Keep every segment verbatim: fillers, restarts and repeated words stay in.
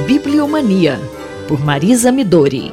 Bibliomania, por Marisa Midori.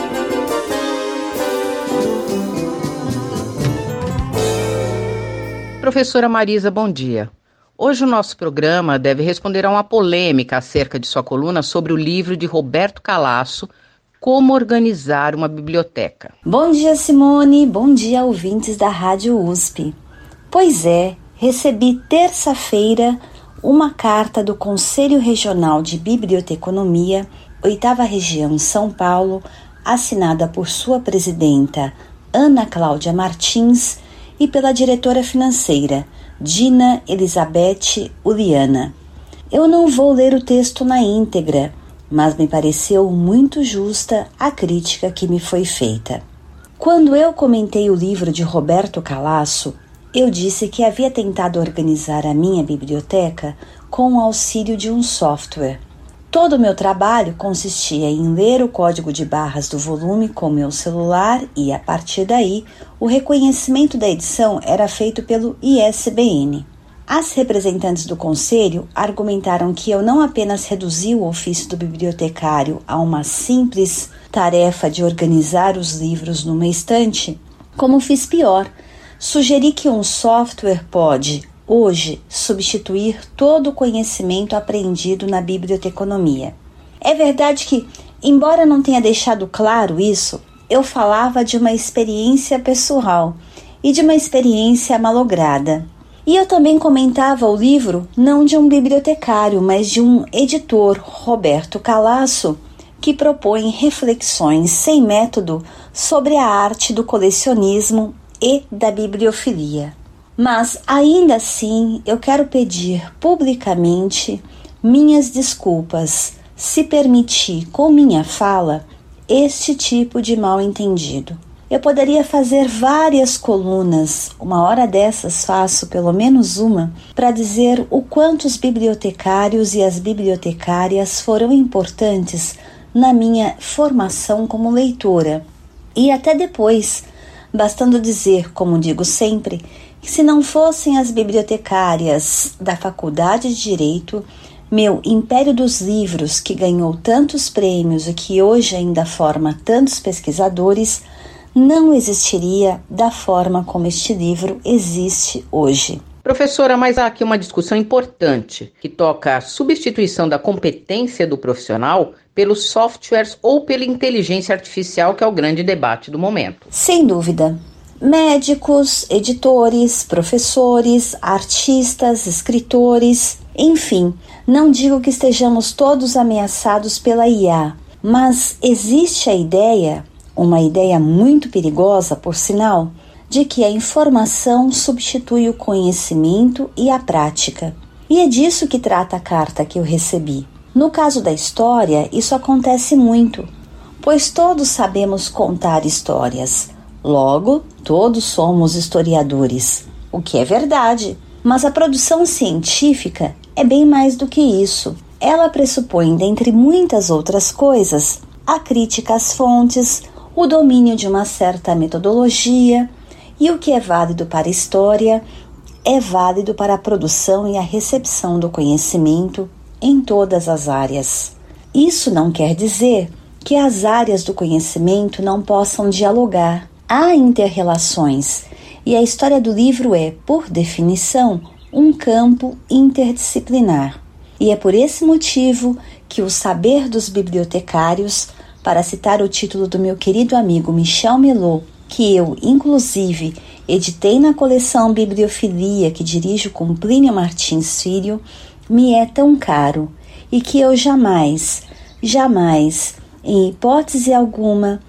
Professora Marisa, bom dia. Hoje o nosso programa deve responder a uma polêmica acerca de sua coluna sobre o livro de Roberto Calasso, Como Organizar uma Biblioteca. Bom dia, Simone. Bom dia, ouvintes da Rádio U S P. Pois é, recebi terça-feira uma carta do Conselho Regional de Biblioteconomia, oitava Região São Paulo, assinada por sua presidenta, Ana Cláudia Martins, e pela diretora financeira, Dina Elizabeth Uliana. Eu não vou ler o texto na íntegra, mas me pareceu muito justa a crítica que me foi feita. Quando eu comentei o livro de Roberto Calasso, eu disse que havia tentado organizar a minha biblioteca com o auxílio de um software. Todo o meu trabalho consistia em ler o código de barras do volume com meu celular e, a partir daí, o reconhecimento da edição era feito pelo I S B N. As representantes do conselho argumentaram que eu não apenas reduzi o ofício do bibliotecário a uma simples tarefa de organizar os livros numa estante, como fiz pior. Sugeri que um software pode, hoje, substituir todo o conhecimento aprendido na biblioteconomia. É verdade que, embora não tenha deixado claro isso, eu falava de uma experiência pessoal e de uma experiência malograda. E eu também comentava o livro não de um bibliotecário, mas de um editor, Roberto Calasso, que propõe reflexões sem método sobre a arte do colecionismo e da bibliofilia. Mas, ainda assim, eu quero pedir publicamente minhas desculpas se permitir, com minha fala, este tipo de mal-entendido. Eu poderia fazer várias colunas, uma hora dessas faço pelo menos uma, para dizer o quanto os bibliotecários e as bibliotecárias foram importantes na minha formação como leitora. E até depois, bastando dizer, como digo sempre, que se não fossem as bibliotecárias da Faculdade de Direito, meu Império dos Livros, que ganhou tantos prêmios e que hoje ainda forma tantos pesquisadores, não existiria da forma como este livro existe hoje. Professora, mas há aqui uma discussão importante que toca a substituição da competência do profissional pelos softwares ou pela inteligência artificial, que é o grande debate do momento. Sem dúvida. Médicos, editores, professores, artistas, escritores, enfim, não digo que estejamos todos ameaçados pela I A, mas existe a ideia, uma ideia muito perigosa, por sinal, de que a informação substitui o conhecimento e a prática. E é disso que trata a carta que eu recebi. No caso da história, isso acontece muito, pois todos sabemos contar histórias. Logo, todos somos historiadores, o que é verdade. Mas a produção científica é bem mais do que isso. Ela pressupõe, dentre muitas outras coisas, a crítica às fontes, o domínio de uma certa metodologia, e o que é válido para a história é válido para a produção e a recepção do conhecimento em todas as áreas. Isso não quer dizer que as áreas do conhecimento não possam dialogar. Há inter-relações, e a história do livro é, por definição, um campo interdisciplinar. E é por esse motivo que o saber dos bibliotecários, para citar o título do meu querido amigo Michel Melot, que eu, inclusive, editei na coleção Bibliofilia que dirijo com Plínio Martins Filho, me é tão caro, e que eu jamais, jamais, em hipótese alguma,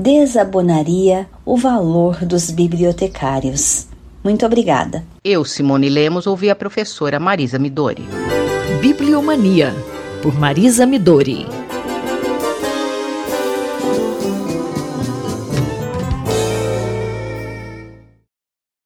desabonaria o valor dos bibliotecários. Muito obrigada. Eu, Simone Lemos, ouvi a professora Marisa Midori. Bibliomania, por Marisa Midori.